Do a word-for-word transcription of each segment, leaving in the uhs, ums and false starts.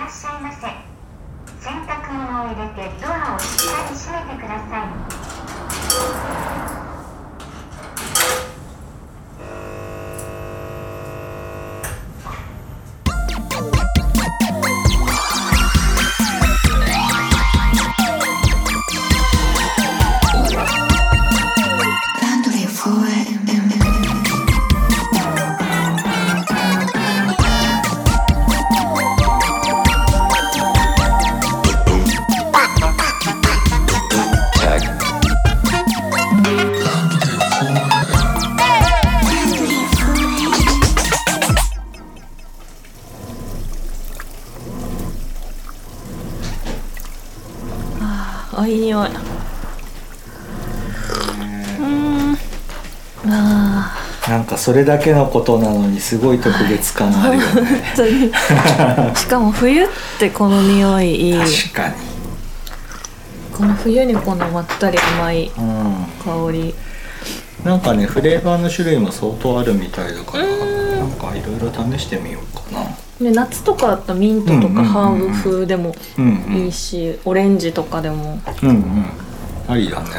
らっしゃいませ。洗濯物を入れてドアをしっかり閉めてください。 あ、いい匂い。うん。ああ。なんかそれだけのことなのにすごい特別感あるよね。 本当に。しかも冬ってこの匂いいい。 確かに。 この冬にこのまったり甘い香り。 うん、なんかねフレーバーの種類も相当あるみたいだから、なんかいろいろ試してみようかな。 で夏とかだったらミントとかハーブ風でもいいし、うんうん、オレンジとかでも、 うんうん、ありだね。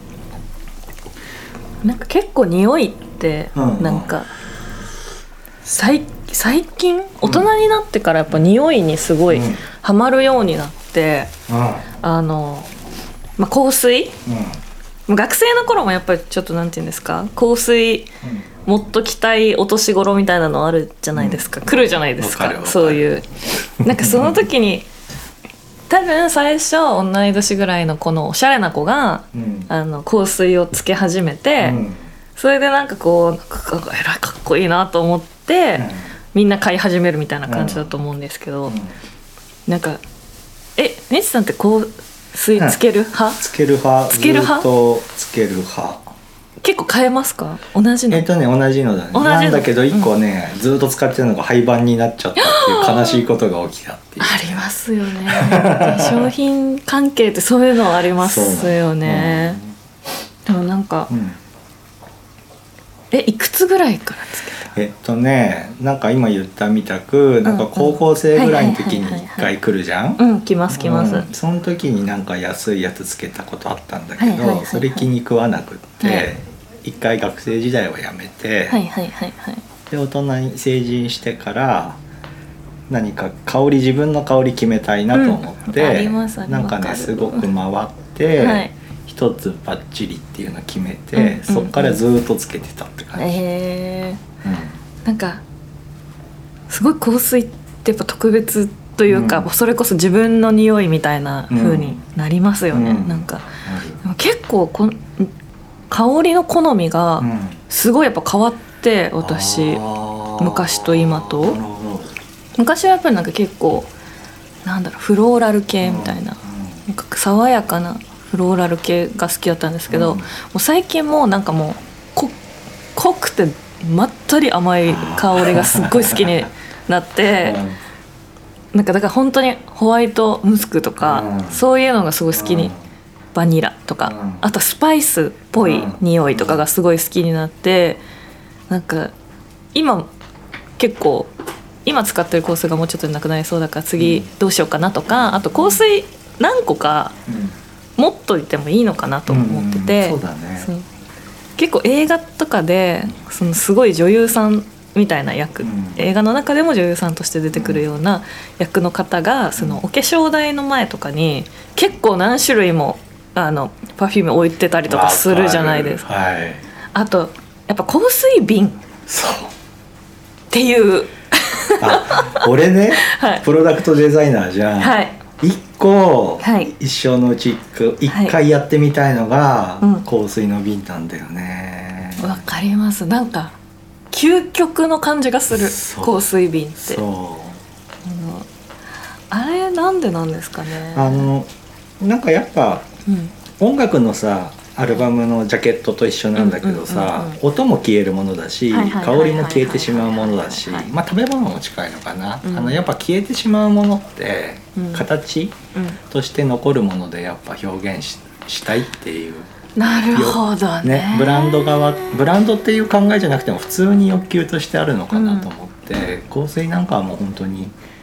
なんか結構匂いってなんか、うんうん、最, 最近大人になってからやっぱ匂いにすごいハマるようになって、うん、あの、まあ、香水、うん、学生の頃もやっぱりちょっとなんていうんですか、香水、うんもっと着たいお年頃みたいなのあるじゃないですか、うん、来るじゃないですか、そういうなんかその時に多分最初同い年ぐらいのこのおしゃれな子が、うん、あの香水をつけ始めて、うん、それでなんかこうなんかえらいかっこいいなと思って、うん、みんな買い始めるみたいな感じだと思うんですけど、うん、なんかえネチさんって香水つける派、うん、 つける派つける派ずっとつける派。 結構変えますか？同じの？ えっとね同じのだね。同じのなんだけどいっこね、うん、ずっと使ってるのが廃盤になっちゃったっていう悲しいことが起きたっていう。 ありますよね。商品関係ってそういうのありますよね。うん、でもなんか、うん、えいくつぐらいからつけた？ えっとねなんか今言ったみたくなんか高校生ぐらいの時にいっかい来るじゃん。 うん来ます来ます、うん、 その時になんか安いやつつけたことあったんだけど、はいはいはいはい、それ気に食わなくって、はい一回学生時代はやめて、 はいはいはいはい、 で大人に成人してから何か香り自分の香り決めたいなと思って、うん、なんかねすごく回って、はい、一つバッチリっていうのを決めて、うんうんうん、そっからずっとつけてたって感じ。 えーうん、なんかすごい香水ってやっぱ特別というか、うん、それこそ自分の匂いみたいな風になりますよね、うん、なんか、うん、結構こ香りの好みがすごいやっぱ変わって私、うん、昔と今と昔はやっぱりなんか結構なんだろうフローラル系みたいな、うん、なんか爽やかなフローラル系が好きだったんですけど、うん、もう最近もうなんかもうこ濃くてまったり甘い香りがすっごい好きになって、うん、なんかだから本当にホワイトムスクとか、うん、そういうのがすごい好きに、うんバニラとか、うん、あとスパイスっぽい匂いとかがすごい好きになって、なんか今結構今使ってる香水がもうちょっとなくなりそうだから次どうしようかなとか、あと香水何個か持っといてもいいのかなと思ってて、 うんうん、そうだね、 そう結構映画とかでそのすごい女優さんみたいな役、うん、映画の中でも女優さんとして出てくるような役の方がそのお化粧台の前とかに結構何種類もあのパフューム置いてたりとかするじゃないですか、 はい、 あとやっぱ香水瓶そうっていうあ俺ね、はい、プロダクトデザイナーじゃん、はい、いっこ、はい、一生のうちいっかいやってみたいのが、はい、香水の瓶なんだよね。 わかります。なんか究極の感じがする香水瓶って。 そうあれなんでなんですかね。 あのなんかやっぱ、うん、音楽のさアルバムのジャケットと一緒なんだけどさ、うんうんうんうん、音も消えるものだし、はいはいはいはい、香りも消えてしまうものだし、まあ食べ物も近いのかな、うん、あのやっぱ消えてしまうものって、うん、形として残るものでやっぱ表現 し, したいっていう。 なるほど ね, ねブランド側ブランドっていう考えじゃなくても普通に欲求としてあるのかなと思って、うん、香水なんかはもう本当に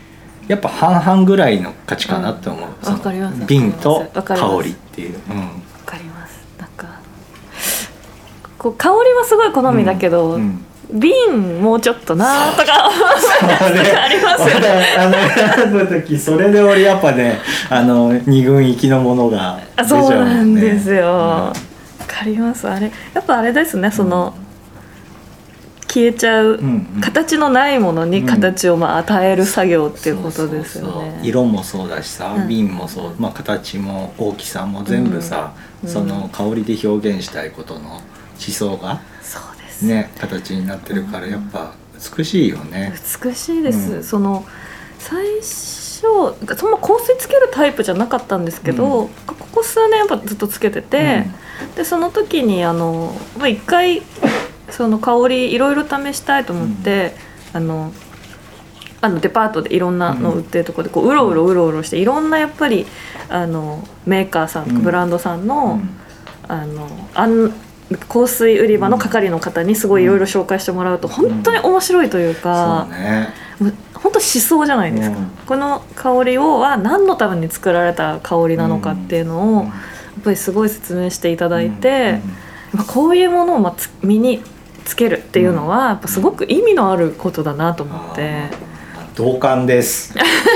やっぱ半々ぐらいの価値かなって思う、 うん、わかります。 瓶と香りっていう、うん、 わかります。なんかこう香りはすごい好みだけど、うんうん、瓶もうちょっとなとかありますよね。 あの選ぶ時それで俺やっぱねあの二軍行きのものが出ちゃうもんね。 そうなんですよ、うん、わかります。あれやっぱあれですね、その、うん消えちゃう、うんうん、形のないものに形をまあ与える作業っていうことですよね。そうそうそう、色もそうだしさ、うん、瓶もそう、まあ、形も大きさも全部さ、うん、その香りで表現したいことの思想が、 そうです、 ね、形になってるからやっぱ美しいよね。 美しいです、うん、その最初そんな香水つけるタイプじゃなかったんですけど、うん、ここ数年やっぱずっとつけてて、うん、でその時にあの、まあ、一回その香りいろいろ試したいと思って、うん、あのあのデパートでいろんなの売ってるところでこううろうろうろうろしていろんなやっぱりあのメーカーさんとかブランドさんの、うん、あのあん香水売り場の係の方にすごいいろいろ紹介してもらうと本当に面白いというか、うん、そうね、本当思想じゃないですか、うん、この香りをは何のために作られた香りなのかっていうのをやっぱりすごい説明していただいて、まあ、こういうものをまあ身につけるっていうのはやっぱすごく意味のあることだなと思って、 うん、同感です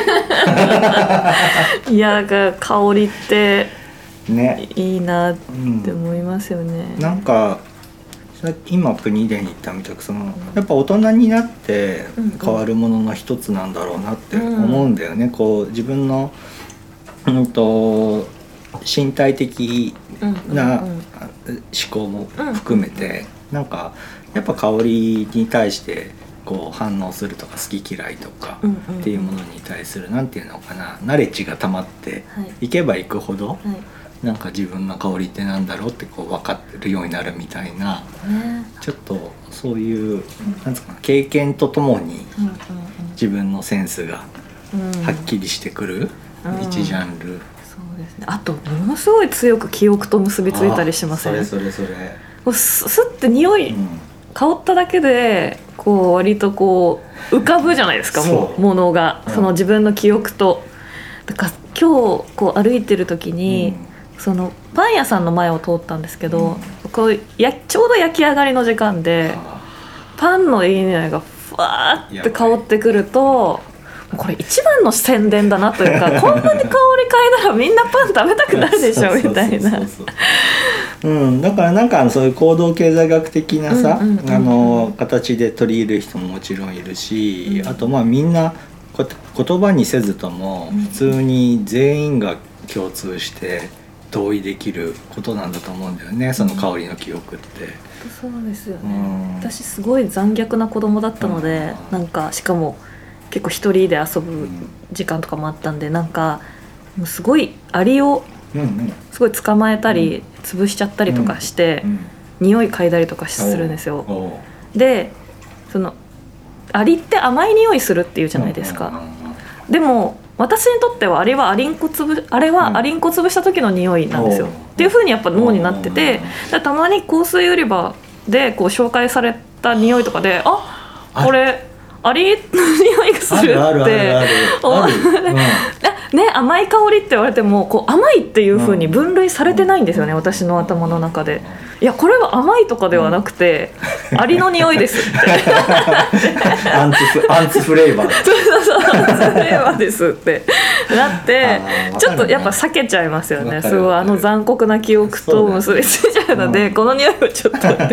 いや香りっていいなって思いますよね、 うん、なんか今プニデに言ったみたくそのやっぱ大人になって変わるものの一つなんだろうなって思うんだよね、うん、こう自分の、うんと身体的な思考も含めてなんかやっぱ香りに対してこう反応するとか好き嫌いとかっていうものに対するなんていうのかなナレッジが溜まっていけばいくほどなんか自分の香りってなんだろうってこう分かるようになるみたいなちょっとそういうなんですか経験とともに自分のセンスがはっきりしてくる一ジャンル。 そうですね、あとものすごい強く記憶と結びついたりしません？ それそれそれもうスッて匂い、うん、香っただけでこう割とこう浮かぶじゃないですかもうものが、うん、その自分の記憶とだから今日こう歩いてる時に、うん、そのパン屋さんの前を通ったんですけど、うん、こうやちょうど焼き上がりの時間でパンのいい匂いがふわーって香ってくるとこれ一番の宣伝だなというかこんなに香り嗅いだらみんなパン食べたくなるでしょみたいな。 うん、だからなんかそういう行動経済学的なさ、うんうんうんうん、あの形で取り入れる人ももちろんいるし、うん、あとまあみんな言葉にせずとも普通に全員が共通して同意できることなんだと思うんだよね、その香りの記憶って。 そうですよね、うん、私すごい残虐な子供だったので、うん、なんかしかも結構一人で遊ぶ時間とかもあったんで、なんかもうすごいアリをすごい捕まえたり潰しちゃったりとかして、うんうん、匂い嗅いだりとかするんですよ。でそのアリって甘い匂いするっていうじゃないですか、うんうんうん、でも私にとってはあれはアリンコつぶあれはアリンコ潰した時の匂いなんですよ、うん、っていう風にやっぱ脳になってて、たまに香水売り場でこう紹介された匂いとかであこれアリの匂いがするってあるあるあるある、 うん、ね、甘い香りって言われてもこう甘いっていう風に分類されてないんですよね、うん、私の頭の中で。いやこれは甘いとかではなくて、うん、アリの匂いですってアンツフアンツフレーバーそうそうそうアンツフレーバーですってなって、ね、ちょっとやっぱ避けちゃいますよね。すごいあの残酷な記憶と結びついちゃうので、うん、この匂いをちょっとだ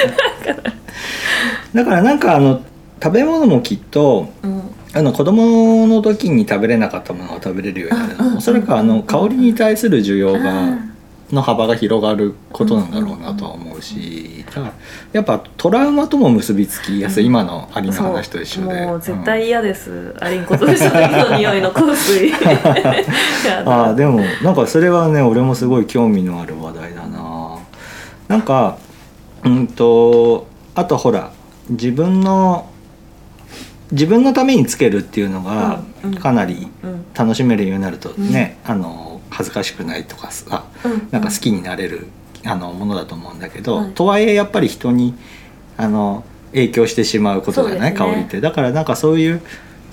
からなんかあの食べ物もきっと、うん、あの子供の時に食べれなかったものを食べれるようになるの、うんうん、おそらくあの香りに対する需要がの幅が広がることなんだろうなとは思うし、だからやっぱトラウマとも結びつきやすい、うん、今のアリの話と一緒でもう絶対嫌です、うん、アリンコとした時の匂いの香水あでもなんかそれはね俺もすごい興味のある話題だな。なんかうんとあとほら自分の自分のためにつけるっていうのがかなり楽しめるようになるとね、うん、あの恥ずかしくないとかさ、うん、なんか好きになれるあのものだと思うんだけど、うん、とはいえやっぱり人にあの影響してしまうことじゃない、ね、香りって。だからなんかそういう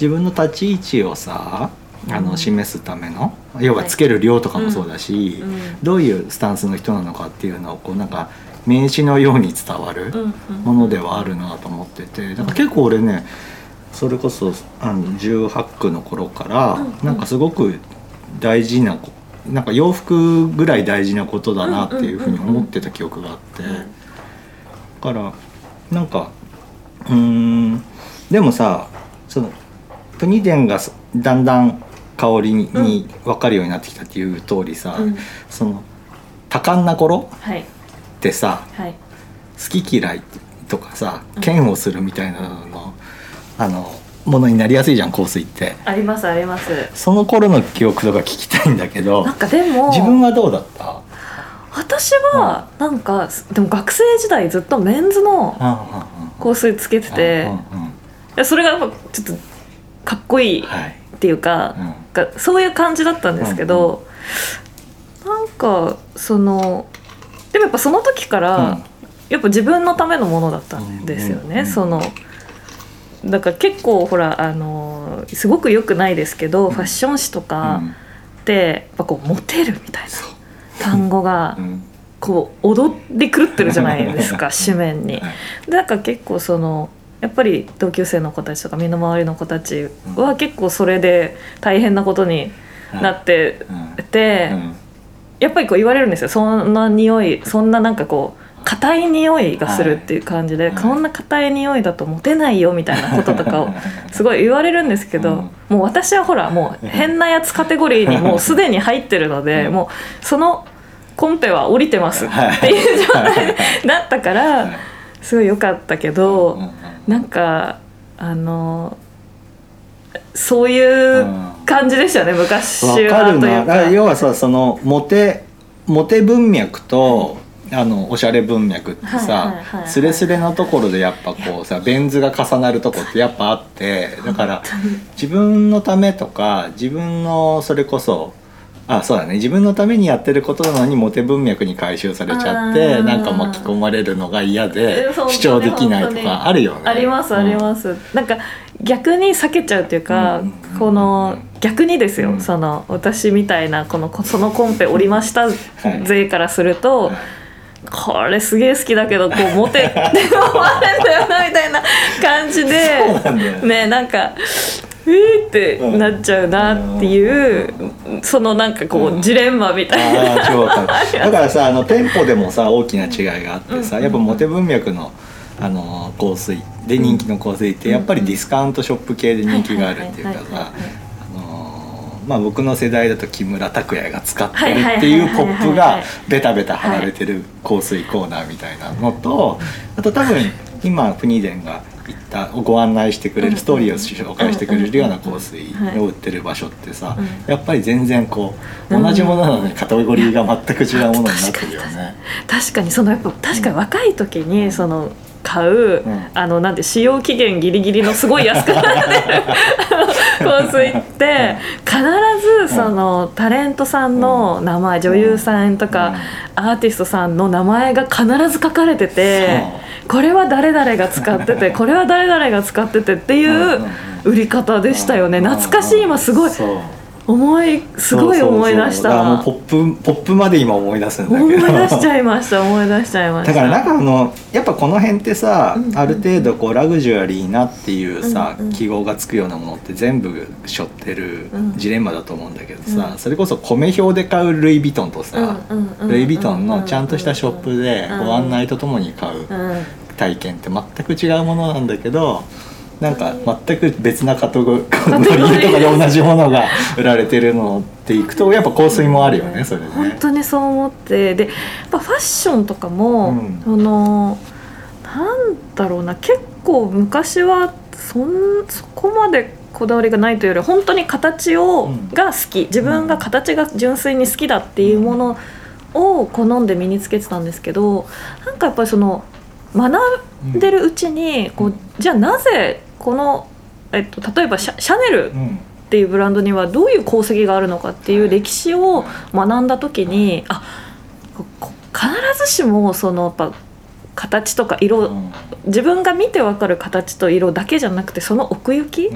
自分の立ち位置をさあの示すための、要はつける量とかもそうだし、 うんうん、 どういうスタンスの人なのかっていうのをこうなんか名詞のように伝わるものではあるなと思ってて、だから結構俺ねそれこそあのじゅうはち区の頃からなんかすごく大事ななんか洋服ぐらい大事なことだなっていうふうに思ってた記憶があって、だからなんかうーんでもさそのプニデンがだんだん香りに分かるようになってきたっていう通りさ、うん、その多感な頃ってさ、はいはい、好き嫌いとかさ嫌悪するみたいなのの、あのものになりやすいじゃん香水って。 ありますあります。 その頃の記憶とか聞きたいんだけど、 なんかでも自分はどうだった？ 私はなんか、うん、でも学生時代ずっとメンズの香水つけてて、それがやっぱちょっとかっこいいっていうか、はいうん、そういう感じだったんですけど、うんうん、なんかそのでもやっぱその時から、うん、やっぱ自分のためのものだったんですよね、うんうんうん、そのだから結構ほらあのすごく良くないですけど、うん、ファッション誌とかってやっぱこうモテるみたいな単語がこう踊り狂ってるじゃないですか紙面に。だから結構そのやっぱり同級生の子たちとか身の回りの子たちは結構それで大変なことになってて、やっぱりこう言われるんですよ。そんな匂いそんななんかこう硬い匂いがするっていう感じで、はい、こんな硬い匂いだとモテないよみたいなこととかをすごい言われるんですけど、もう私はほらもう変なやつカテゴリーにもうすでに入ってるので、もうそのコンペは降りてますっていう状態だったからすごい良かったけど、なんかあのそういう感じでしたね、昔は。 わかるな。要はさそのモテモテ文脈とあのおしゃれ文脈ってさスレスレのところでやっぱこうさベン図が重なるとこってやっぱあって、だから自分のためとか自分のそれこそあそうだね自分のためにやってることなのにモテ文脈に回収されちゃってなんか巻き込まれるのが嫌で主張できないとかあるよね。 ありますあります、うん、なんか逆に避けちゃうっていうか、うん、この逆にですよ、うん、その私みたいなこのそのコンペ降りました勢からすると、はいはい、これすげえ好きだけどこうモテって思われるんだよなみたいな感じでね、なんかえーってなっちゃうなっていう、うん、そのなんかこう、うん、ジレンマみたいな、 あ超だからさあの店舗でもさ大きな違いがあってさ、うん、やっぱモテ文脈のあの香水で人気の香水ってやっぱりディスカウントショップ系で人気があるっていうかさ、まあ僕の世代だと木村拓哉が使ってるっていうポップがベタベタ貼られてる香水コーナーみたいなのと、あと多分今プニーデンが言ったご案内してくれるストーリーを紹介してくれるような香水を売ってる場所ってさ、やっぱり全然こう同じものなのにカテゴリーが全く違うものになってるよね。 確かにそのやっぱ確かに若い時にその買う、うん、あのなんて使用期限ギリギリのすごい安くなってる香水って必ずそのタレントさんの名前、女優さんとかアーティストさんの名前が必ず書かれてて、これは誰々が使っててこれは誰々が使っててっていう売り方でしたよね。懐かしい。今すごい思いすごい思い出した。 そうそうそう、だからもうポップポップまで今思い出すんだけど、 思い出しちゃいました思い出しちゃいました。 だからなんかあのやっぱこの辺ってさ、うんうん、ある程度こうラグジュアリーなっていうさ、うんうん、記号がつくようなものって全部背負ってるジレンマだと思うんだけどさ、うん、それこそ米表で買うルイ・ヴィトンとさ、うん、ルイ・ヴィトンのちゃんとしたショップでご案内とともに買う体験って全く違うものなんだけど、なんか全く別なカテゴリーとかで同じものが売られてるのっていくとやっぱ香水もあるよね、それね。 本当にそう思って、でやっぱファッションとかも、うん、そのなんだろうな、結構昔は そ, んそこまでこだわりがないというより本当に形を、うん、が好き、自分が形が純粋に好きだっていうものを好んで身につけてたんですけど、なんかやっぱりその学んでるうちにこう、じゃあなぜこの、えっと、例えばシ ャ, シャネルっていうブランドにはどういう功績があるのかっていう歴史を学んだ時に、あ必ずしもそのやっぱ形とか色、自分が見て分かる形と色だけじゃなくてその奥行き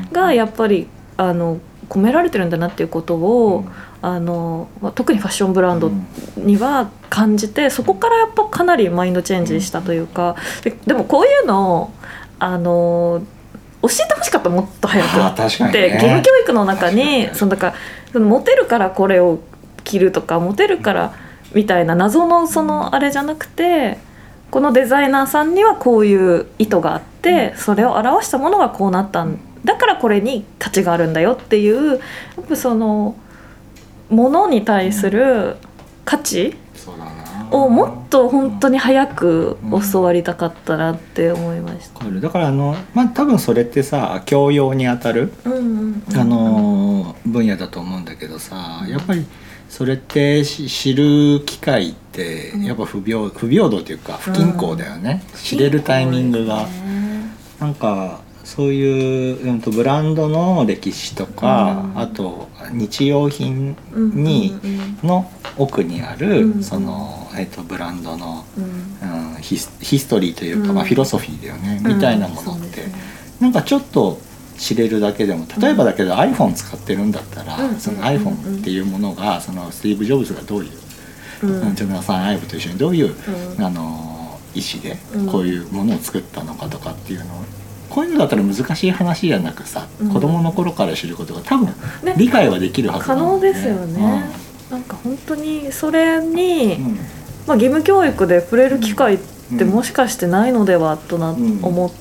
がやっぱりあの込められてるんだなっていうことを、 うんあの特にファッションブランドには感じて、そこからやっぱかなりマインドチェンジしたというか、で, でもこういうのをあの教えてほしかった、もっと早く。 あ確かに、ね、 で義務教育の中にそのだからそのモテるからこれを着るとかモテるからみたいな謎のそのあれじゃなくて、このデザイナーさんにはこういう意図があってそれを表したものがこうなったんだからこれに価値があるんだよっていう、やっぱそのものに対する価値をもっと本当に早く教わりたかったなって思いました。 だからあの、まあ、多分それってさ教養にあたる、 うんうんうん、 あの分野だと思うんだけどさ、やっぱりそれって知る機会ってやっぱ不平、不平等というか不均衡だよね、うん、知れるタイミングが、なんかそういう、うん、とブランドの歴史とか、うん、あと日用品に、うんうんうん、の奥にある、うんうん、その、えー、とブランドの、うんうん、ヒス、ヒストリーというか、うんまあ、フィロソフィーだよね、うん、みたいなものって、うんね、なんかちょっと知れるだけでも、例えばだけど、うん、iPhone 使ってるんだったら、うん、その iPhone っていうものがそのスティーブ・ジョブズがどういう、うん、ジョナサン・アイブと一緒にどういう、うん、あの意思でこういうものを作ったのかとかっていうのを、こういうのだったら難しい話じゃなくさ、うん、子供の頃から知ることが多分理解はできるはずなので、ね、 可能ですよね、うん、なんか本当にそれに、うんまあ、義務教育で触れる機会ってもしかしてないのではとな思って、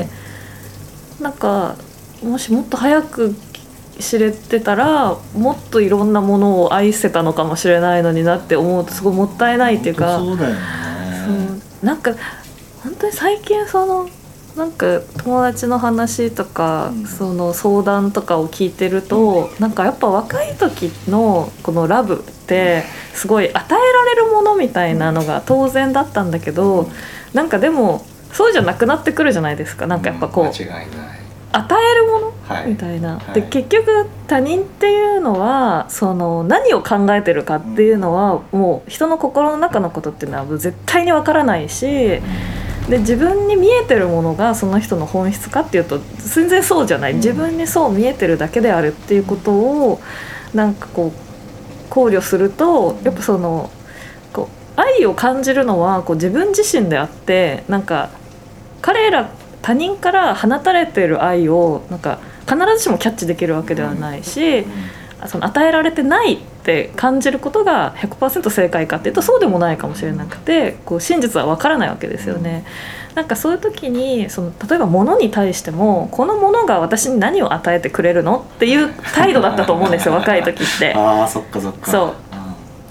うん、なんかもしもっと早く知れてたらもっといろんなものを愛せたのかもしれないのになって思うとすごいもったいないっていうか、 そうだよね。 そうなんか本当に最近そのなんか友達の話とか、うん、その相談とかを聞いてると、うん、なんかやっぱ若い時のこのラブってすごい与えられるものみたいなのが当然だったんだけど、うん、なんかでもそうじゃなくなってくるじゃないですか。なんかやっぱこう、うん、間違いない、与えるもの、はい、みたいな、はい、で結局他人っていうのはその何を考えてるかっていうのは、うん、もう人の心の中のことっていうのは絶対にわからないし、で自分に見えてるものがその人の本質かっていうと全然そうじゃない、自分にそう見えてるだけであるっていうことをなんかこう考慮すると、やっぱそのこう愛を感じるのはこう自分自身であって、なんか彼ら他人から放たれてる愛をなんか必ずしもキャッチできるわけではないし、その与えられてないって感じることが ひゃくパーセント 正解かっていうとそうでもないかもしれなくて、こう真実は分からないわけですよね。なんかそういう時にその例えば物に対してもこの物が私に何を与えてくれるのっていう態度だったと思うんですよ若い時って。 あーそっかそっか。 そう、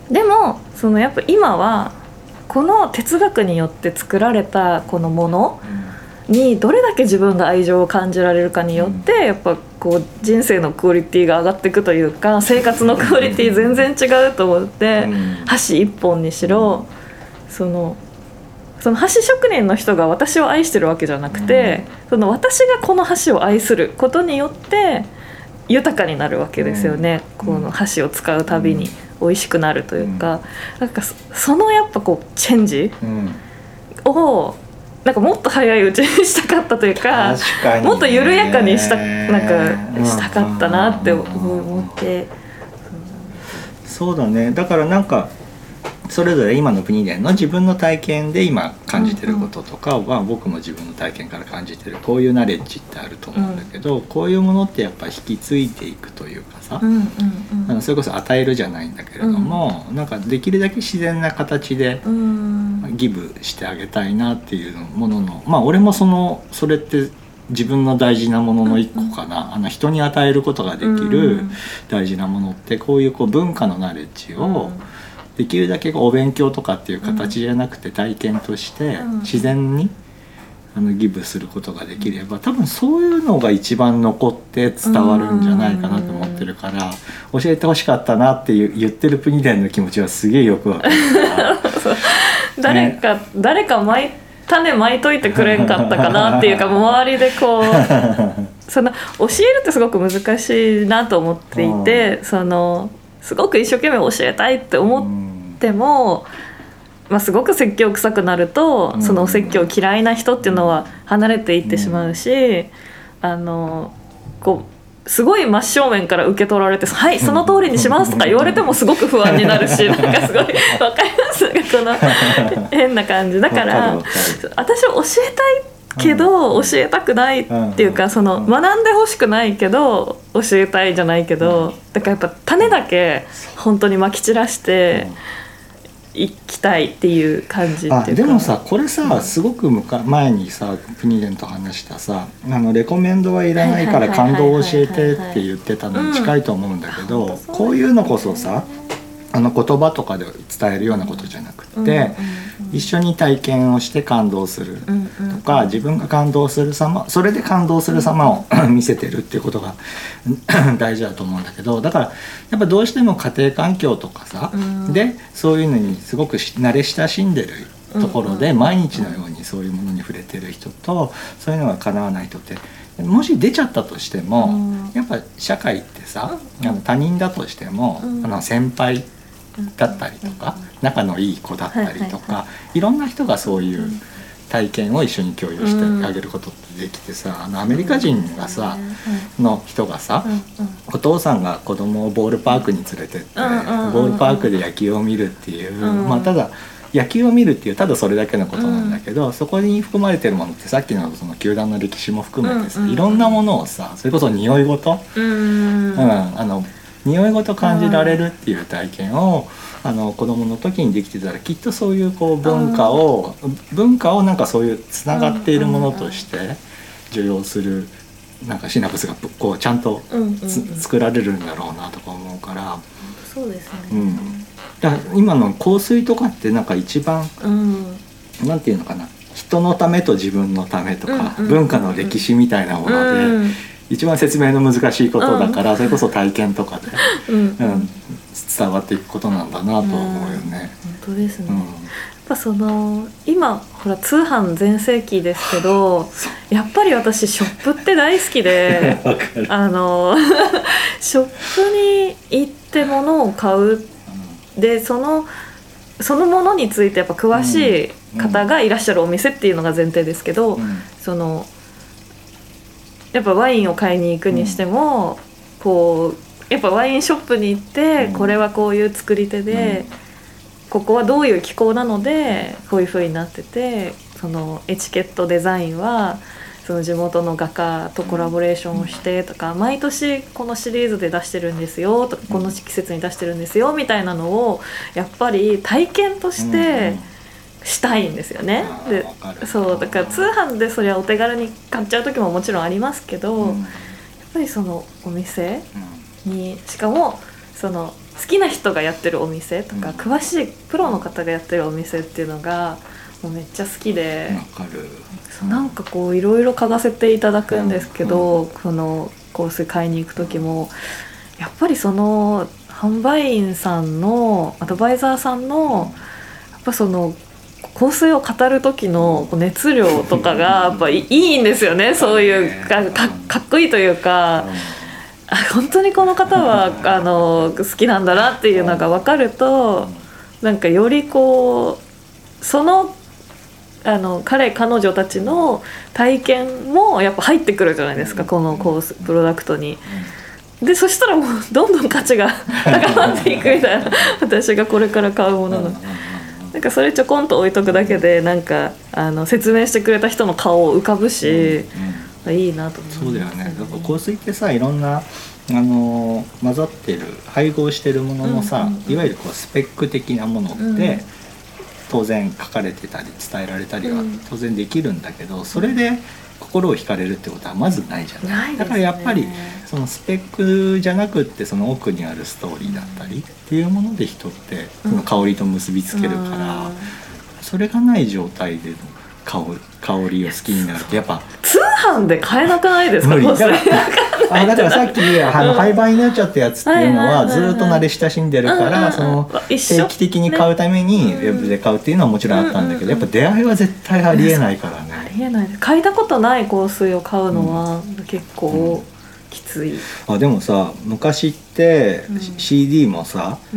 でもそのやっぱ今はこの哲学によって作られたこのものにどれだけ自分が愛情を感じられるかによってやっぱこう人生のクオリティが上がっていくというか、生活のクオリティ全然違うと思って、箸一本にしろそのその箸職人の人が私を愛してるわけじゃなくて、その私がこの箸を愛することによって豊かになるわけですよね。この箸を使うたびに美味しくなるというか、なんか そ, そのやっぱこうチェンジをなんかもっと早いうちにしたかったというか、 確かにね、 もっと緩やかにしたなんかしたかったなって思って、 そうだね。だからなんかそれぞれ今の国での自分の体験で今感じてることとかは、うんうん、僕も自分の体験から感じてるこういうナレッジってあると思うんだけど、うん、こういうものってやっぱ引き継いでいくというかさ、うんうんうん、あのそれこそ与えるじゃないんだけれども、うん、なんかできるだけ自然な形でギブしてあげたいなっていうものの、まあ俺もそのそれって自分の大事なものの一個かな、うんうん、あの人に与えることができる大事なものってこういうこう文化のナレッジを、うんできるだけお勉強とかっていう形じゃなくて体験として自然にあのギブすることができれば、多分そういうのが一番残って伝わるんじゃないかなと思ってるから、教えてほしかったなっていう言ってるプニデンの気持ちはすげえよくわかるから誰か、ね、誰かまい種まいといてくれんかったかなっていうか周りでこうその教えるってすごく難しいなと思っていて、そのすごく一生懸命教えたいって思っても、うんまあ、すごく説教臭くなると、うん、そのお説教嫌いな人っていうのは離れていってしまうし、うん、あのこうすごい真正面から受け取られてはいその通りにしますとか言われてもすごく不安になるしなんかすごい分かりますこの変な感じだから私は教えたいけど教えたくないっていうかその学んでほしくないけど教えたいじゃないけどだからやっぱ種だけ本当にまき散らして行きたいっていう感じっていうか。 あでもさこれさすごく前にさプニゲンと話したさあのレコメンドはいらないから感動を教えてって言ってたのに近いと思うんだけどこういうのこそさあの言葉とかで伝えるようなことじゃなくって、うんうんうん、一緒に体験をして感動するとか、うんうん、自分が感動する様それで感動する様を見せてるっていうことが大事だと思うんだけどだからやっぱどうしても家庭環境とかさ、うん、でそういうのにすごく慣れ親しんでるところで毎日のようにそういうものに触れてる人とそういうのが叶わない人ってもし出ちゃったとしても、うん、やっぱ社会ってさ、うん、あの他人だとしても、うん、あの先輩だったりとか、うん、仲のいい子だったりとか、はいはいはい、いろんな人がそういう体験を一緒に共有してあげることってできてさ、うん、あのアメリカ人がさ、うん、の人がさ、うん、お父さんが子供をボールパークに連れてって、うん、ボールパークで野球を見るっていう、うん、まあただ野球を見るっていうただそれだけのことなんだけど、うん、そこに含まれてるものってさっきのその球団の歴史も含めてさ、うん、いろんなものをさそれこそ匂いごと、うんうん、あの匂いごと感じられるっていう体験をあの子供の時にできてたらきっとそういうこう文化を文化をなんかそういうつながっているものとして受容するなんかシナプスがこうちゃんとつ作られるんだろうなとか思うからそうですね、 うん、だから今の香水とかってなんか一番、うん、なんていうのかな人のためと自分のためとか、うんうん、文化の歴史みたいなもので、うん一番説明の難しいことだから、うん、それこそ体験とかで、うんうん、伝わっていくことなんだなと思うよね。 うん、本当ですね、うん、やっぱその今ほら通販全盛期ですけどやっぱり私ショップって大好きであのショップに行って物を買うでそのそのものについてやっぱ詳しい方がいらっしゃるお店っていうのが前提ですけど、うん、そのやっぱワインを買いに行くにしても、うん、こうやっぱワインショップに行って、うん、これはこういう作り手で、うん、ここはどういう気候なのでこういう風になっててそのエチケットデザインはその地元の画家とコラボレーションをしてとか、うん、毎年このシリーズで出してるんですよとかこの季節に出してるんですよみたいなのをやっぱり体験として、うんしたいんですよね。でそうだから通販でそりゃお手軽に買っちゃう時ももちろんありますけど、うん、やっぱりそのお店にしかもその好きな人がやってるお店とか、うん、詳しいプロの方がやってるお店っていうのがもうめっちゃ好きでわかる、 そうなんかこういろいろ嗅がせていただくんですけど、うん、この香水買いに行く時もやっぱりその販売員さんのアドバイザーさんのやっぱその香水を語る時の熱量とかがやっぱいいんですよね。そういうか、か、かっこいいというか、あ本当にこの方はあの好きなんだなっていうのが分かるとなんかよりこうそのあの彼彼女たちの体験もやっぱ入ってくるじゃないですかこのコースプロダクトに。でそしたらもうどんどん価値が高まっていくみたいな私がこれから買うものの。なんかそれちょこんと置いとくだけでなんかあの説明してくれた人の顔を浮かぶし、うんうん、いいなと思う。 そうだよね。だから香水ってさいろんなあの混ざってる配合してるもののさ、うんうんうん、いわゆるこうスペック的なものって、うん、当然書かれてたり伝えられたりは当然できるんだけど、うん、それで心を惹かれるってことはまずないじゃない。ないですね。だからやっぱりそのスペックじゃなくってその奥にあるストーリーだったりっていうもので人ってその香りと結びつけるから、うん、それがない状態で香り、香りを好きになるってやっぱ通販で買えなくないですか。 無理だからあだからさっきあの廃盤になっちゃったやつっていうのはずっと慣れ親しんでるからその定期的に買うためにウェブで買うっていうのはもちろんあったんだけどやっぱ出会いは絶対ありえないからね。 ありえないです。嗅いだことない香水を買うのは結構きつい、 うん、あでもさ昔って シーディー もさ、うん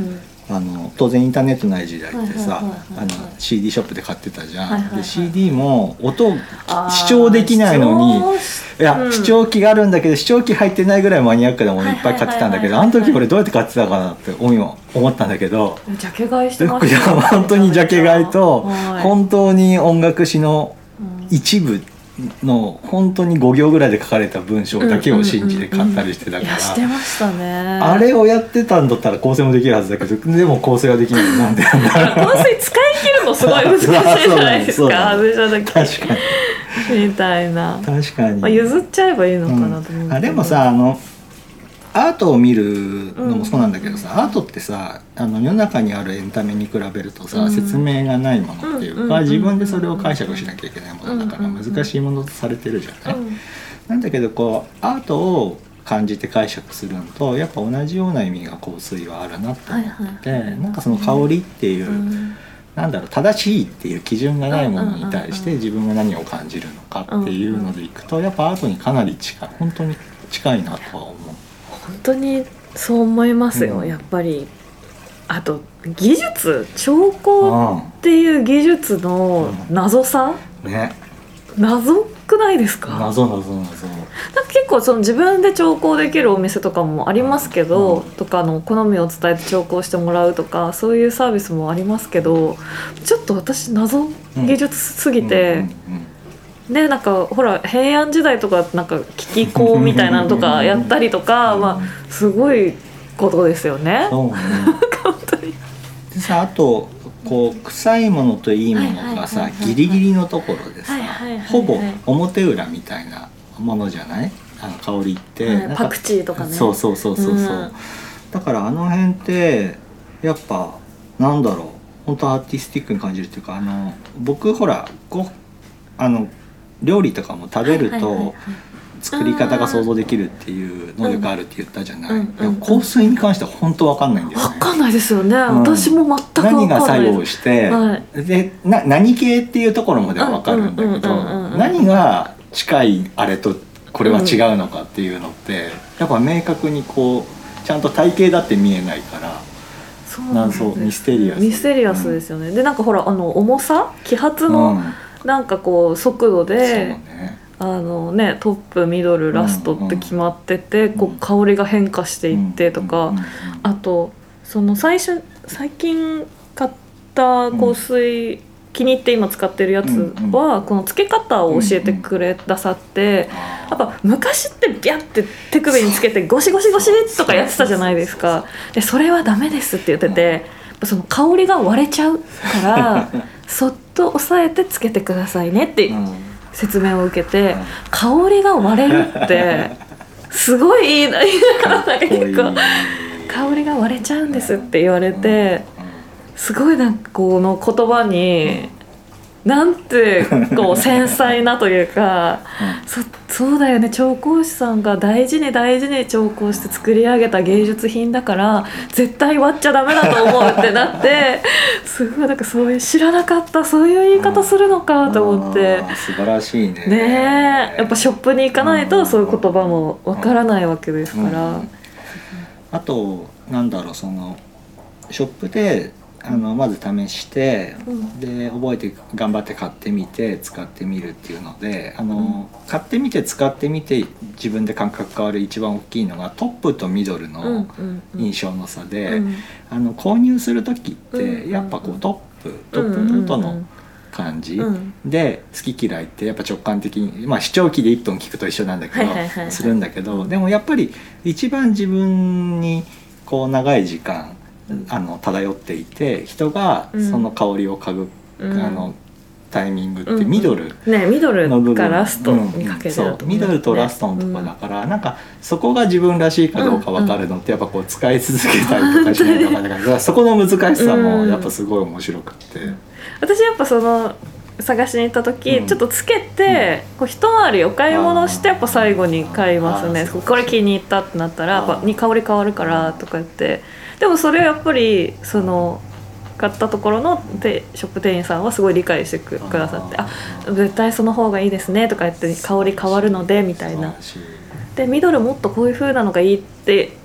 あの当然インターネットない時代ってさはいはいはいはいあの シーディー ショップで買ってたじゃん、 はいはいはいで シーディー も音あー視聴できないのにいや、 うん視聴器があるんだけど視聴器入ってないぐらいマニアックなものいっぱい買ってたんだけど、あの時これどうやって買ってたかなって思ったんだけど、 ジャケ買いしてまいやしたね本当にジャケ買いとはい本当に音楽誌のうん一部の本当にご行ぐらいで書かれた文章だけを信じて買ったりしてたかいやしてら、 ましたね。 あれをやってたんだったら構成もできるはずだけど、でも構成ができないのなんでなんだろう香水使い切るのすごい難しいじゃないですそうか、 なんです外した時確かにみたいな、 確かに、 まあ、譲っちゃえばいいのかなと思うけど、 うんあでもさあのアートを見るのもそうなんだけどさ、アートってさあの世の中にあるエンタメに比べるとさ、 うん説明がないものっていうか、 うん自分でそれを解釈しなきゃいけないものだからうん難しいものとされてるじゃない、 うんなんだけどこうアートを感じて解釈するのとやっぱ同じような意味が香水はあるなって思って、 はいはいはいなんかその香りっていう、 うんなんだろう正しいっていう基準がないものに対してうん自分が何を感じるのかっていうのでいくとやっぱアートにかなり近い本当に近いなとは思う。 本当にそう思いますよ、 うんやっぱり。あと技術、調香うっていう技術の謎さ、 んね謎くないですか？ 謎謎謎なんか結構その自分で調香できるお店とかもありますけど、 うんとかあの好みを伝えて調香してもらうとかそういうサービスもありますけど、ちょっと私謎技術すぎて、 うんうんうんね、なんかほら平安時代とかなんか聞き香みたいなのとかやったりとか、 うんまあ、すごいことですよね。 そうね本当にでさあとこう臭いものといいものがさはいはいはいはいギリギリのところでさはいはいはいはいほぼ表裏みたいなものじゃないあの香りって、 はいなんかパクチーとかねそうそうそうそうそう、 うんだからあの辺ってやっぱなんだろう本当アーティスティックに感じるっていうかあの僕ほらこうあの料理とかも食べるとはいはいはいはい作り方が想像できるっていう能力あるって言ったじゃない、 うんでも香水に関しては本当わかんないんだよね。 分かんないですよね、 ん私も全く分かんない何が作用して、 はいでな何系っていうところまでは分かるんだけどうんうんうんうんうん何が近いあれとこれは違うのかっていうのって、やっぱ明確にこうちゃんと体系だって見えないからそうなんです謎ミステリアスミステリアスですよね、でなんかほらあの重さ揮発の、 うんなんかこう速度そうで、 ねあのね、トップミドルラストって決まってて、 うんうんこう香りが変化していってとか、 うんうんうんあとその最初最近買った香水、気に入って今使ってるやつは、このつけ方を教えてくれださって、やっぱ昔ってビャって手首につけてゴシゴシゴシとかやってたじゃないですか。でそれはダメですって言ってて、やっぱその香りが割れちゃうからそっと押さえてつけてくださいねってうん説明を受けて、香りが割れるってすごいいいななんか結構香りが割れちゃうんですって言われて、すごいなんかこの言葉になんてこう繊細なというか、そそうだよね、調香師さんが大事に大事に調香して作り上げた芸術品だから絶対割っちゃダメだと思うってなってすごいなんかそういう知らなかった、そういう言い方するのかと思ってあー素晴らしいね。 ねえ、やっぱショップに行かないとそういう言葉もわからないわけですから、 うんあとなんだろうそのショップであのまず試して、 うんで覚えて頑張って買ってみて使ってみるっていうのであの、買ってみて使ってみて自分で感覚変わる一番大きいのがトップとミドルうんのうんうん印象の差で、 うんあの購入する時っうんてやっぱこうトップトップノートの感じうんで好き嫌いってやっぱ直感的に、まあ、視聴器でいっぽん聞くと一緒なんだけど、 はいはいはいはいするんだけどでもやっぱり一番自分にこう長い時間あの漂っていて人がその香りを嗅ぐ、 うんあのタイミングってミドルね、ミドルの部分、 かラストにかけてうんそうだと思うミドルとラストのとこだから、なんかそこが自分らしいかどうか分かるのってやっぱこう使い続けたりとかしないとかだからそこの難しさもやっぱすごい面白くって。 私やっぱその探しに行った時、 うんちょっとつけて、こう一回りお買い物してやっぱ最後に買いますね。 あーそうこれ気に入ったってなったらやっぱあーに香り変わるからとか言って、でもそれをやっぱりその買ったところのてショップ店員さんはすごい理解してくくださって、あ絶対その方がいいですねとか言って香り変わるのでみたいな。でミドルもっとこういう風なのがいいって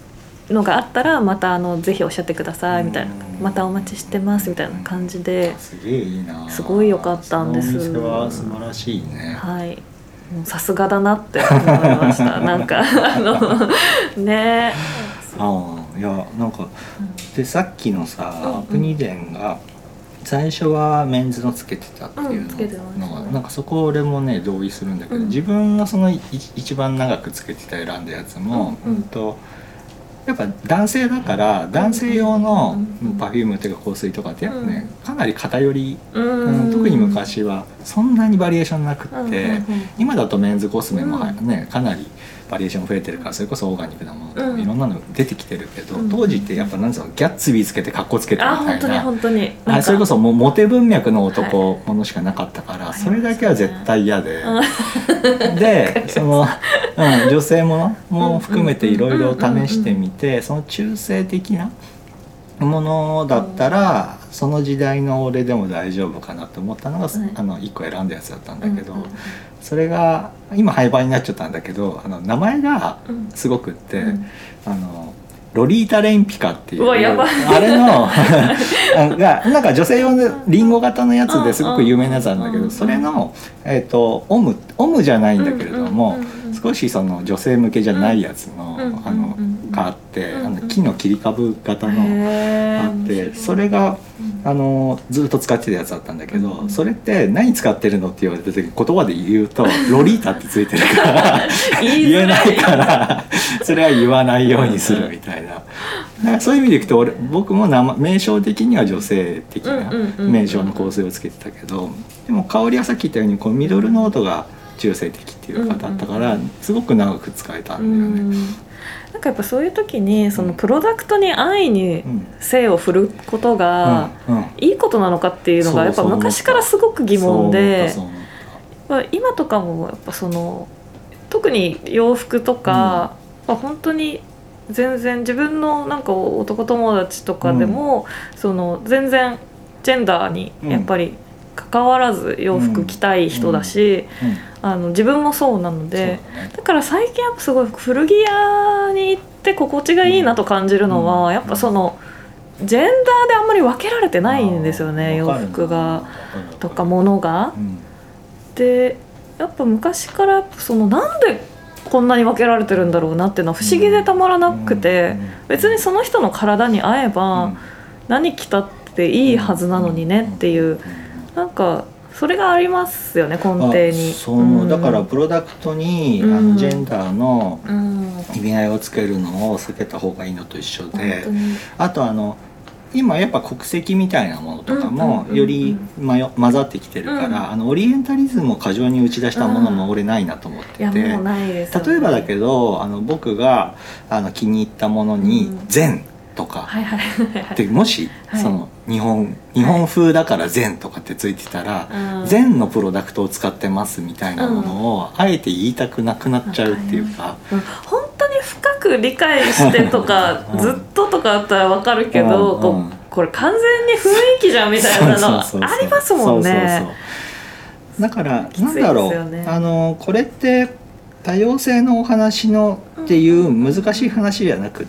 のがあったらまたあのぜひおっしゃってくださいみたいな、またお待ちしてますみたいな感じで、 すげえいいな、 すごい良かったんです。 そのお店は素晴らしいね。 はい、さすがだなって思いましたなんかあのねああいやなんか、でさっきのさ、うんうん、アプニデンが最初はメンズのつけてたっていうのが、うん、なんかそこ俺もね同意するんだけど、うん、自分がその一番長くつけてた選んだやつも、うんうん、とやっぱ男性だから男性用のパフュームというか香水とかってね、うん、かなり偏り、うん、特に昔はそんなにバリエーションなくって、うんうんうん、今だとメンズコスメもねかなりバリエーション増えてるから、それこそオーガニックなものとかいろんなの出てきてるけど、うん、当時ってやっぱなんつうのギャッツビーつけてカッコつけてみたいな、あ本当に本当にあそれこそもうモテ文脈の男ものしかなかったから、はい、それだけは絶対嫌で、でその、うん、女性ものも含めていろいろ試してみて、その中性的なものだったら、うん、その時代の俺でも大丈夫かなと思ったのが、はい、あのいっこ選んだやつだったんだけど、うんうんうん、それが今廃盤になっちゃったんだけど、あの名前がすごくって、うん、あのロリータ・レンピカっていう、 うわやばいあれのがなんか女性用のリンゴ型のやつですごく有名なやつなんだけど、それの、えーと、オムオムじゃないんだけれども、少しその女性向けじゃないやつの、あのがあって、あの木の切り株型のあって、それがあのずっと使ってたやつだったんだけど、それって何使ってるのって言われた時言葉で言うとロリータってついてるから言えないからそれは言わないようにするみたいな。だからそういう意味でいくと俺僕も名名称的には女性的な名称の香水をつけてたけど、でも香りはさっき言ったようにこうミドルノートが中性的っていうかだったからすごく長く使えたんだよね。 なんかやっぱそういう時にそのプロダクトに安易に精を振ることがいいことなのかっていうのがやっぱ昔からすごく疑問で、今とかもやっぱその特に洋服とか、うん、本当に全然自分のなんか男友達とかでも、うん、その全然ジェンダーにやっぱり関わらず洋服着たい人だし、うんうんうん、あの自分もそうなので、ね、だから最近やっぱすごい古着屋に行って心地がいいなと感じるのは、うん、やっぱそのジェンダーであんまり分けられてないんですよね、洋服がとか物が、うん、でやっぱ昔からそのなんでこんなに分けられてるんだろうなっていうのは不思議でたまらなくて、別にその人の体に合えば何着たっていいはずなのにねっていう、なんかそれがありますよね根底に。 そう、うん、だからプロダクトに、うん、あのジェンダーの意味合いをつけるのを避けた方がいいのと一緒で、あとあの今やっぱ国籍みたいなものとかもより混ざってきてるから、うん、あのオリエンタリズムを過剰に打ち出したものも俺ないなと思ってて、 いやもうないですよね。 例えばだけどあの僕があの気に入ったものに善とか、でもしその日本日本風だから善とかってついてたら、はい、善のプロダクトを使ってますみたいなものをあえて言いたくなくなっちゃうっていうか、 うん、本当に深く理解してとかずっととかあったら分かるけど、うんうん、こ, これ完全に雰囲気じゃんみたいなのありますもんね。 だからなんだろう、ね、あのこれって多様性のお話のっていう難しい話じゃなくって、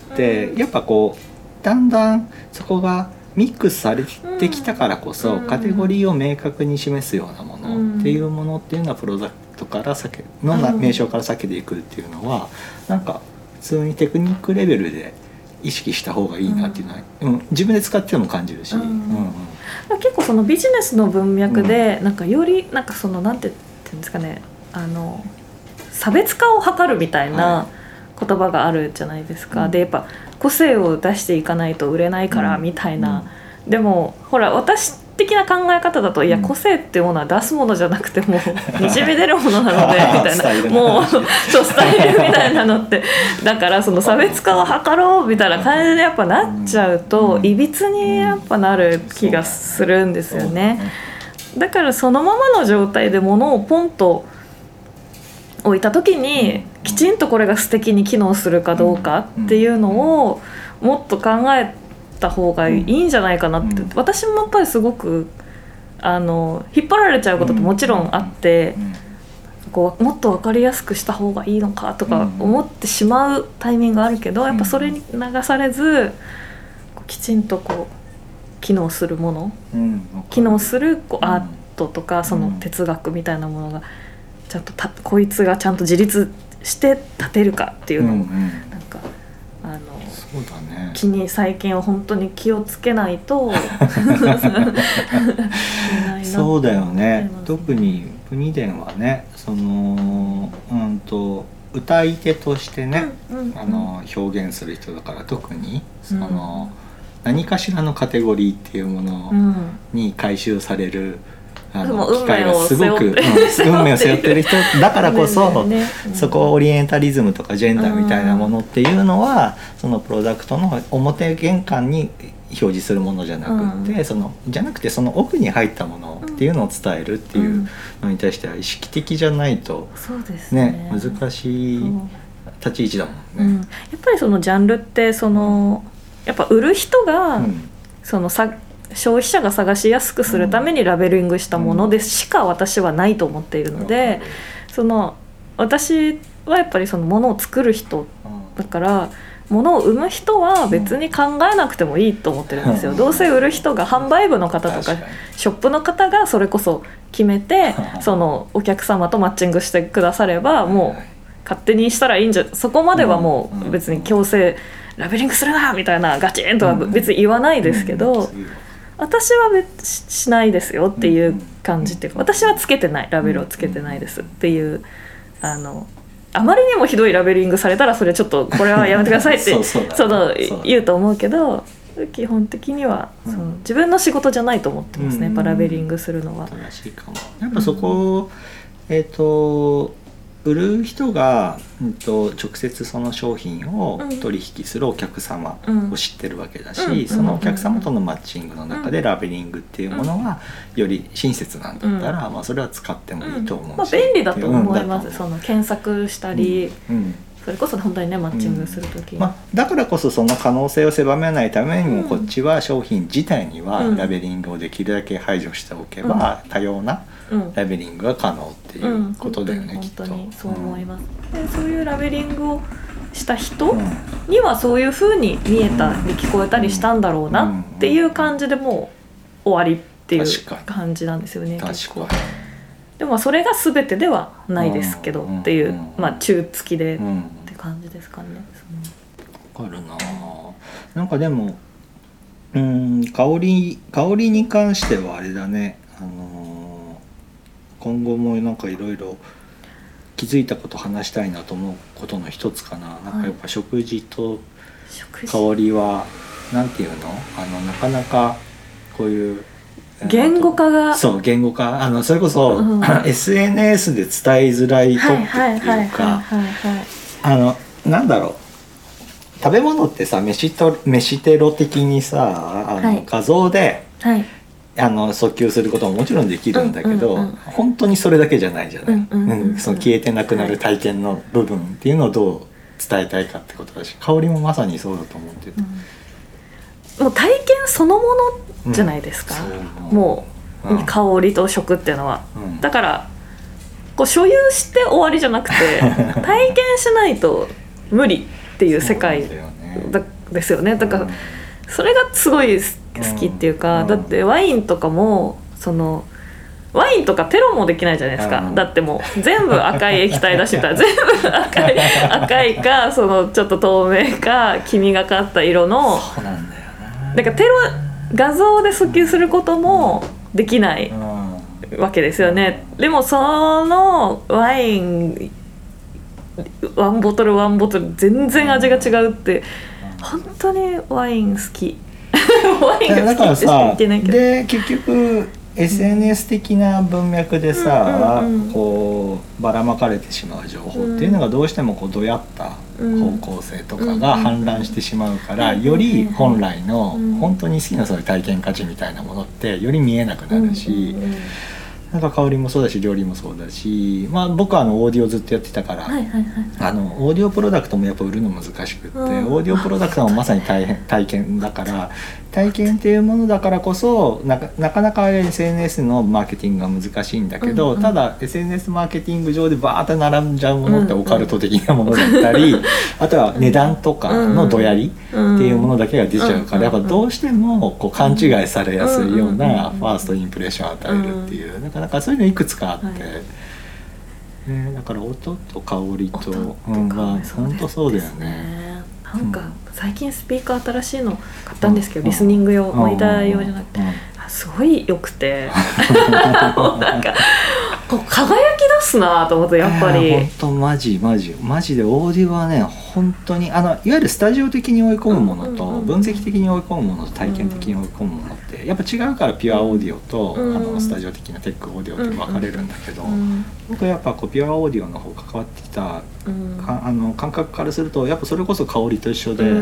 うん、やっぱこうだんだんそこがミックスされてきたからこそ、うん、カテゴリーを明確に示すようなものっていうものっていうのはプロダクトから避けの名称から避けていくっていうのはなんか普通にテクニックレベルで意識した方がいいなっていうのは、うん、自分で使ってても感じるし、うんうんうん、結構そのビジネスの文脈で、うん、なんかよりなんかそのなんて言うんですかね、あの差別化を図るみたいな言葉があるじゃないですか、はい、でやっぱ個性を出していかないと売れないからみたいな、うん、でもほら私的な考え方だと、いや個性っていうものは出すものじゃなくてもにじみ出るものなのでみたいなもうそうスタイルみたいなのってだからその差別化を図ろうみたいな感じでやっぱなっちゃうといびつにやっぱなる気がするんですよね。だからそのままの状態で物をポンと置いた時にきちんとこれが素敵に機能するかどうかっていうのをもっと考えた方がいいんじゃないかなって、私もやっぱりすごくあの引っ張られちゃうことってもちろんあって、 こうもっと分かりやすくした方がいいのかとか思ってしまうタイミングがあるけど、やっぱそれに流されずこうきちんとこう機能するもの、うん、機能するこうアートとかその哲学みたいなものがちゃんとたこいつがちゃんと自立して立てるかっていうのを、うんうん、なんかあのそうだね、 気に最近は本当に気をつけないとそうだよね。特にプニデンはね、そのうんと歌い手としてね、うんうんうん、あの表現する人だから特にその、うん、何かしらのカテゴリーっていうものに回収される、あの機会がすごく、うん、運命を背負ってる人だからこそ、ねうん、そこオリエンタリズムとかジェンダーみたいなものっていうのは、うん、そのプロダクトの表玄関に表示するものじゃなくて、うん、そのじゃなくてその奥に入ったものっていうのを伝えるっていうのに対しては意識的じゃないと、 そうですね、 難しい立ち位置だもんね、 うん、やっぱりそのジャンルってその、うん、やっぱ売る人が、うん、そのさ消費者が探しやすくするためにラベリングしたものでしか私はないと思っているので、うん、その私はやっぱりそのものを作る人だから、ものを生む人は別に考えなくてもいいと思ってるんですよ。どうせ売る人が販売部の方とかショップの方がそれこそ決めてそのお客様とマッチングしてくださればもう勝手にしたらいいんじゃ、そこまではもう別に強制ラベリングするなみたいなガチンとは別に言わないですけど、私は別しないですよっていう感じっていうか、私はつけてない、ラベルをつけてないですっていう、あのあまりにもひどいラベリングされたらそれちょっとこれはやめてくださいってその言うと思うけど、基本的にはその自分の仕事じゃないと思ってますね、やっぱラベリングするのは。 正しいかも。やっぱそこを、えっと売る人が、うん、と直接その商品を取引するお客様を知ってるわけだし、うん、そのお客様とのマッチングの中でラベリングっていうものがより親切なんだったら、うんまあ、それは使ってもいいと思うし、 うんまあ、便利だと思います、うん、その検索したり、うんうんそれこそ本当にねマッチングするとき、 うんまあ、だからこそその可能性を狭めないためにも、こっちは商品自体にはラベリングをできるだけ排除しておけば、うん、多様なラベリングが可能っていうことだよね、 うん、 きっと。 本当にそう思います、うん、でそういうラベリングをした人にはそういう風に見えたり聞こえたりしたんだろうなっていう感じでもう終わりっていう感じなんですよね。結構でもそれが全てではないですけどっていう、うんまあ中付きでって感じですかね。 わかるな。なんかでもうん香り香りに関してはあれだね、あのー、今後もなんかいろいろ気づいたこと話したいなと思うことの一つかな。なんかやっぱ食事と香りはなんていうの、あのなかなかこういう言語化がそう言語化あのそれこそ、うん、エスエヌエス で伝えづらいトップっていうかあのなんだろう、食べ物ってさ飯と飯テロ的にさあの、はい、画像で、はい、あの訴求することももちろんできるんだけど、うんうんうん、本当にそれだけじゃないじゃない、うんうんうんうん、その消えてなくなる体験の部分っていうのをどう伝えたいかってことだし、香りもまさにそうだと思ってて、 うん、もう体験そのものじゃないですか、うん、もう、うん、香りと食っていうのは、うん、だからこう所有して終わりじゃなくて体験しないと無理っていう世界だですよね。だからそれがすごい好きっていうか、うん、だってワインとかもそのワインとかテロもできないじゃないですか、うん、だってもう全部赤い液体出してたら全部赤い赤いかそのちょっと透明か黄みがかった色の、 そうなんだよな。 だからテロ画像で訴求することもできないわけですよね。でもそのワインワンボトルワンボトル全然味が違うって本当にワイン好きワインが好きってしか言ってないけど、 で結局 エスエヌエス 的な文脈でさ、うんうんうん、こうばらまかれてしまう情報っていうのがどうしてもこうどやった方向性とかが氾濫してしまうから、うんうん、より本来の本当に好きなそういう体験価値みたいなものってより見えなくなるし、うんうんうん、 なんか香りもそうだし料理もそうだし、まあ、僕はあのオーディオずっとやってたから、 はいはいはい、 あのオーディオプロダクトもやっぱ売るの難しくって、うん、オーディオプロダクトもまさに大変体験だから体験っていうものだからこそなかなかなか エスエヌエス のマーケティングが難しいんだけど、うんうん、ただ エスエヌエス マーケティング上でバーって並んじゃうものってオカルト的なものだったり、うんうん、あとは値段とかのどやりっていうものだけが出ちゃうから、やっぱどうしてもこう勘違いされやすいようなファーストインプレッションを与えるっていう、なかなかそういうのいくつかあって、はいね、だから音と香りと、うんまあ、本当そうだよね。 なんか最近スピーカー新しいの買ったんですけど、うん、リスニング用、モニター用じゃなくて、うん、すごい良くてなんかこう輝き出すなと思ってやっぱり本当マジマジマジでオーディオはね本当にあのいわゆるスタジオ的に追い込むものと、うんうんうん、分析的に追い込むものと体験的に追い込むものってやっぱ違うからピュアオーディオと、うん、あのスタジオ的なテックオーディオって分かれるんだけど、うんうん、僕はやっぱこうピュアオーディオの方関わってきた、うん、かあの感覚からするとやっぱそれこそ香りと一緒で、うん、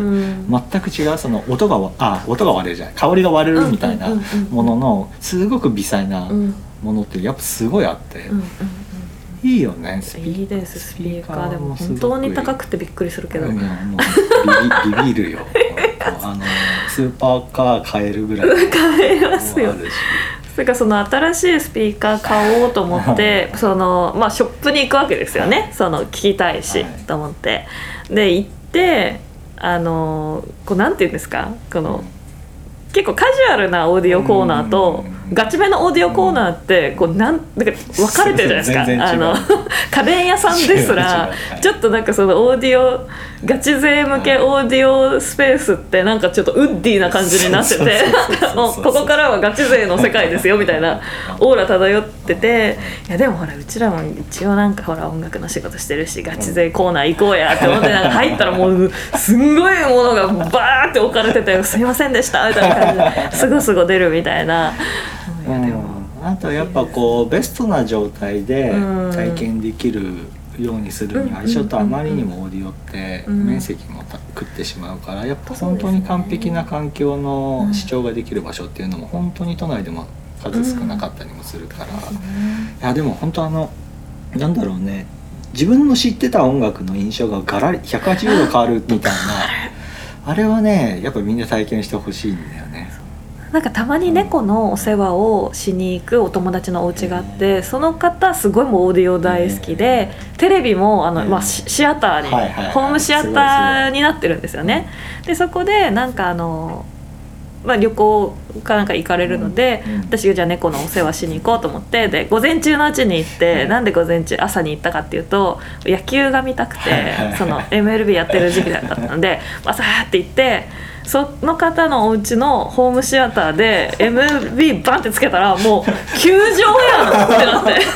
全く違うその音があ音が割れるじゃない香りが割れるみたいなもののすごく微細なものってやっぱすごいあって、うんうんうん、いいよね。スピいいですスピーカーでも本当に高くてびっくりするけど、 いやもうビビビるよあのスーパーカー買えるぐらい買えますよ。それからその新しいスピーカー買おうと思ってその、まあ、ショップに行くわけですよね。その聞きたいし、はい、と思ってで行ってあのこうなんていうんですかこの、うん結構カジュアルなオーディオコーナーとガチめのオーディオコーナーってこうなんなんか分かれてるじゃないですか。あの家電屋さんですらちょっとなんかそのオーディオガチ勢向けオーディオスペースってなんかちょっとウッディな感じになっててもうここからはガチ勢の世界ですよみたいなオーラ漂ってて、いやでもほらうちらも一応なんかほら音楽の仕事してるしガチ勢コーナー行こうやって思ってなんか入ったらもうすんごいものがバーって置かれててすいませんでしたみたいな感じですぐすぐ出るみたいな。いやでもあとやっぱこうベストな状態で体験できるようにするにはちょっとあまりにもオーディオって面積も食ってしまうからやっぱ本当に完璧な環境の視聴ができる場所っていうのも本当に都内でも数少なかったりもするから、いやでも本当あのなんだろうね自分の知ってた音楽の印象がガラリひゃくはちじゅうど変わるみたいなあれはねやっぱみんな体験してほしいんだよね。 なんかたまに猫のお世話をしに行くお友達のお家があって、その方すごいもうオーディオ大好きでテレビもあの、まあ、シアターに、はいはいはい、ホームシアターになってるんですよね。でそこでなんかあの、まあ、旅行かなんか行かれるので、うんうん、私がじゃあ猫のお世話しに行こうと思ってで午前中のうちに行って、うん、なんで午前中朝に行ったかっていうと野球が見たくて、はいはいはい、その エムエルビー やってる時期だったので朝って行ってその方のお家のホームシアターで エムエルビー バンってつけたらもう球場やんってなって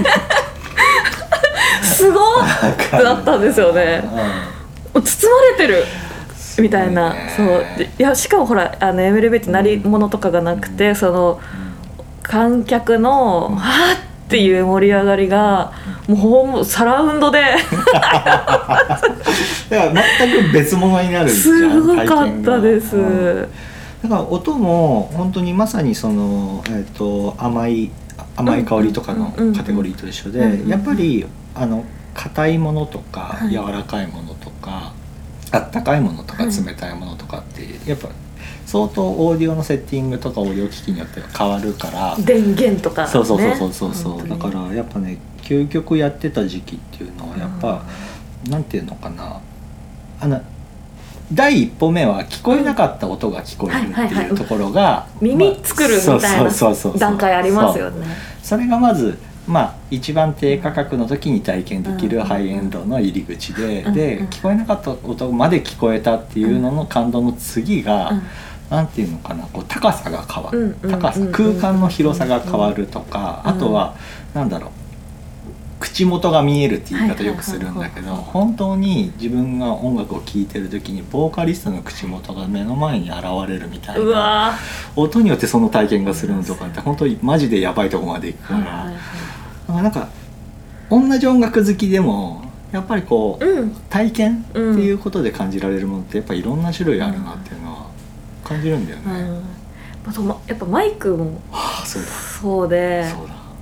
すごいってなったんですよね。包まれてるみたいな、そうでいやしかもほらあの エムエルビー って鳴り物とかがなくてその観客のはぁっていう盛り上がりがもうほんサラウンドでだから全く別物になるじゃん。 すごかったです、うん、 だから音も本当にまさにその、えーと、甘い甘い香りとかのカテゴリーと一緒で、うんうんうん、やっぱりあの硬いものとか、はい、柔らかいものとかあったかいものとか冷たいものとかって、はい、やっぱ相当オーディオのセッティングとかオーディオ機器によって変わるから電源とか、ね、 そうそうそうそうそうだからやっぱね究極やってた時期っていうのはやっぱ、うん、なんていうのかなあの第一歩目は聞こえなかった音が聞こえるっていうところが耳作るみたいな段階ありますよね。 それがまずまあ一番低価格の時に体験できるハイエンドの入り口で、うん、で聞こえなかった音まで聞こえたっていうのの感動の次が、うん、なんていうのかなこう高さが変わる、うん、高さ空間の広さが変わるとか、うん、あとはなんだろう口元が見えるって言い方よくするんだけど、本当に自分が音楽を聴いてる時にボーカリストの口元が目の前に現れるみたいな音によってその体験がするのとかって本当にマジでやばいとこまで行くから、なんか同じ音楽好きでもやっぱりこう、うん、体験っていうことで感じられるものってやっぱりいろんな種類あるなっていうのは感じるんだよね。 うん、やっぱマイクもはあ、そうだそうでそうだ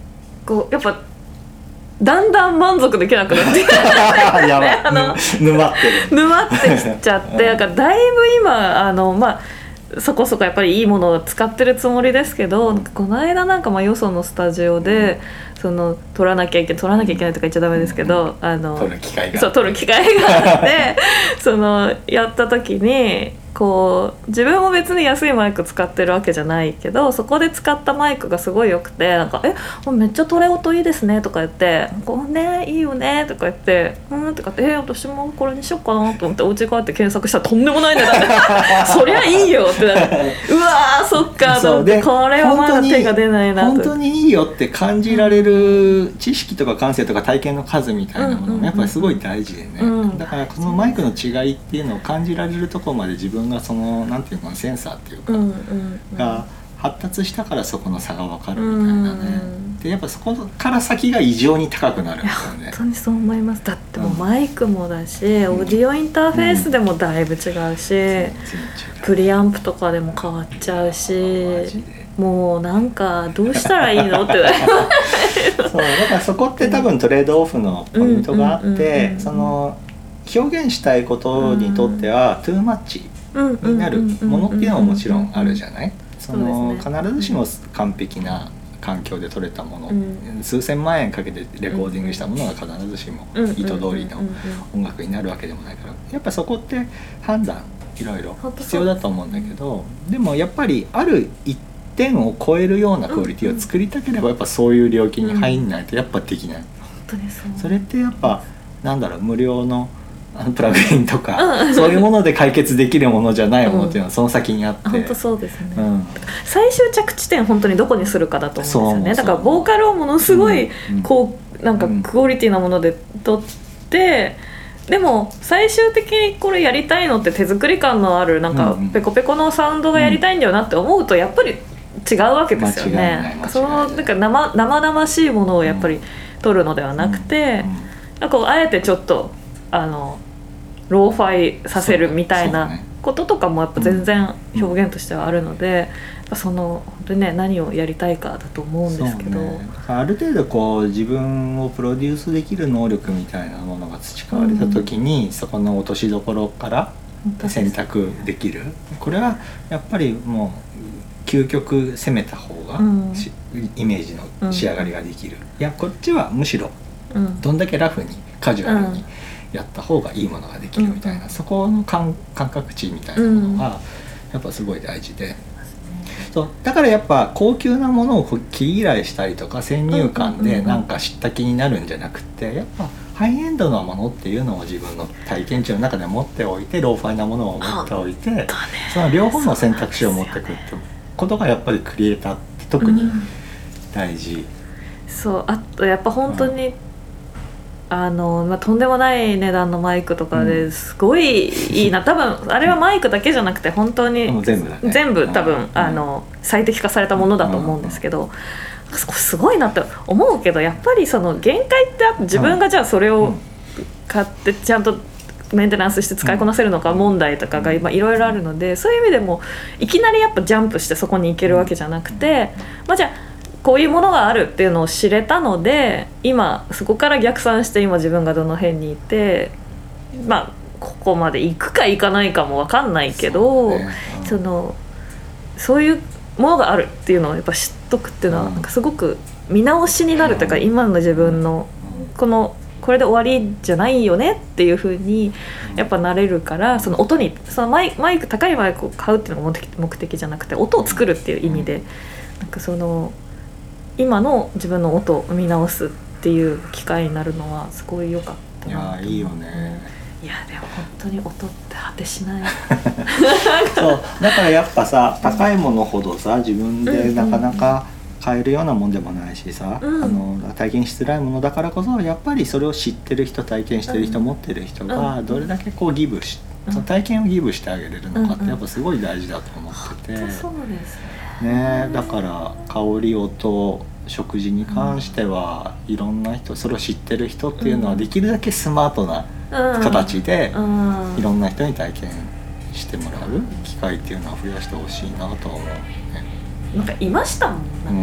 こうやっぱだんだん満足できなくなってやばい、 あの沼ってる沼ってきちゃってだからだいぶ今あのまあそこそこやっぱりいいものを使ってるつもりですけど、なんかこの間なんかまあよそのスタジオでその撮らなきゃいけない撮らなきゃいけないとか言っちゃダメですけど、あの撮る機会がそう撮る機会があってそのやった時にこう自分も別に安いマイク使ってるわけじゃないけど、そこで使ったマイクがすごい良くて、なんかえめっちゃ撮れ音いいですねとか言ってこうねいいよねとか言ってうんとかってえ私もこれにしようかなと思ってお家帰って検索したらとんでもない値段でそりゃいいよってなってうわーそっかと思ってこれはまだ手が出ないなと。 本当にいいよって感じられる知識とか感性とか体験の数みたいなものもやっぱりすごい大事でね、 うん、 だからこのマイクの違いっていうのを感じられるところまで自分がそのなんていうかセンサーっていうか、 うんうんうん、 が発達したからそこの差が分かるみたいなね、 うん、 でやっぱそこから先が異常に高くなるんですよね。 本当にそう思います。だってもうマイクもだし、うん、オーディオインターフェースでもだいぶ違うし、うん、プリアンプとかでも変わっちゃうし、もうなんかどうしたらいいのってそうだからそこって多分トレードオフのポイントがあってその表現したいことにとってはトゥーマッチになるものっていうのはもちろんあるじゃない。その必ずしも完璧な環境で撮れたもの、うん、数千万円かけてレコーディングしたものが必ずしも意図通りの音楽になるわけでもないからやっぱそこって判断いろいろ必要だと思うんだけど、でもやっぱりある一点を超えるようなクオリティを作りたければやっぱそういう領域に入んないとやっぱできない。本当にそう。 それってやっぱなんだろう無料のプラグインとか、うん、そういうもので解決できるものじゃないものっていうのはその先にあって、うん、 本当そうですね、うん、最終着地点本当にどこにするかだと思うんですよね。だからボーカルをものすごいこうなんかクオリティなもので撮ってでも最終的にこれやりたいのって手作り感のあるなんかペコペコのサウンドがやりたいんだよなって思うとやっぱり違うわけですよね。そのなんか 生, 生々しいものをやっぱり撮るのではなくて、なんかあえてちょっとあのローファイさせるみたいなこととかもやっぱ全然表現としてはあるので、うん、その本当にね何をやりたいかだと思うんですけど、ね、 ある程度こう自分をプロデュースできる能力みたいなものが培われた時に、うん、そこの落としどころから選択できる。これはやっぱりもう究極攻めた方が、うん、イメージの仕上がりができる、うん、いやこっちはむしろどんだけラフにカジュアルにやった方がいいものができるみたいな、うん、そこの 感, 感覚値みたいなものがやっぱすごい大事で、うん、そうだからやっぱ高級なものを気嫌いしたりとか先入観でなんか知った気になるんじゃなくて、やっぱハイエンドなものっていうのを自分の体験値の中で持っておいてローファイなものを持っておいて、その両方の選択肢を持っていくってことがやっぱりクリエイターって特に大事、うん、 そうあとやっぱ本当に、うんあのまあ、とんでもない値段のマイクとかですごいいいな、うん、多分あれはマイクだけじゃなくて本当に全部だね、 全部多分、うん、あの最適化されたものだと思うんですけど、うん、すごいなって思うけどやっぱりその限界ってあって自分がじゃあそれを買ってちゃんとメンテナンスして使いこなせるのか問題とかが今いろいろあるので、そういう意味でもいきなりやっぱジャンプしてそこに行けるわけじゃなくて、まあ、じゃあこういうものがあるっていうのを知れたので今そこから逆算して今自分がどの辺にいて、まあここまで行くか行かないかも分かんないけど そう、ねうん、そのそういうものがあるっていうのをやっぱ知っとくっていうのはなんかすごく見直しになるというか、今の自分のこのこれで終わりじゃないよねっていう風にやっぱなれるから、その音にそのマイ、マイク高いマイクを買うっていうのが目的、目的じゃなくて音を作るっていう意味でなんかその今の自分の音を見直すっていう機会になるのはすごい良かったなと思って。いやいいよね。いやでも本当に音って果てしないそうだからやっぱさ高いものほどさ自分でなかなか買えるようなもんでもないしさ、うん、あの体験しづらいものだからこそやっぱりそれを知ってる人体験してる人、うん、持ってる人がどれだけこうギブし、うん、その体験をギブしてあげれるのかってやっぱすごい大事だと思ってて、うんうん、 そうですね、だから香り音食事に関しては、うん、いろんな人それを知ってる人っていうのはできるだけスマートな形で、うん、いろんな人に体験してもらう機会っていうのは増やしてほしいなと思うね。 なんかいましたもんなんか、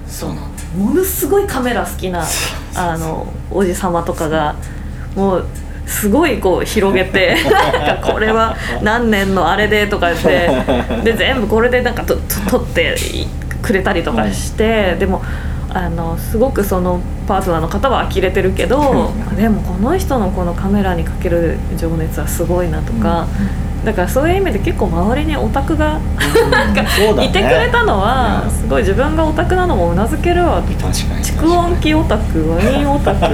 そのものすごいカメラ好きなあのおじさまとかがもうすごいこう広げてなんかこれは何年のあれでとか言ってで全部これでなんかとと撮ってくれたりとかして、でもあのすごくそのパートナーの方は呆れてるけどでもこの人のこのカメラにかける情熱はすごいなとか、だからそういう意味で結構周りにオタクがなんかいてくれたのはすごい自分がオタクなのもうなずけるわ。蓄音機オタク、ワインオタク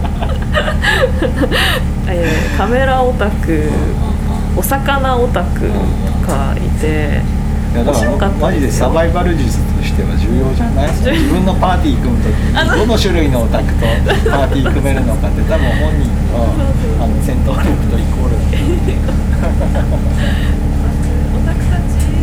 えー、カメラオタク、お魚オタクとかいて、 いやだからマジでサバイバル術としては重要じゃない？自分のパーティー組むときにどの種類のオタクとパーティー組めるのかって多分本人のあの戦闘力とイコールだと思うオタクたち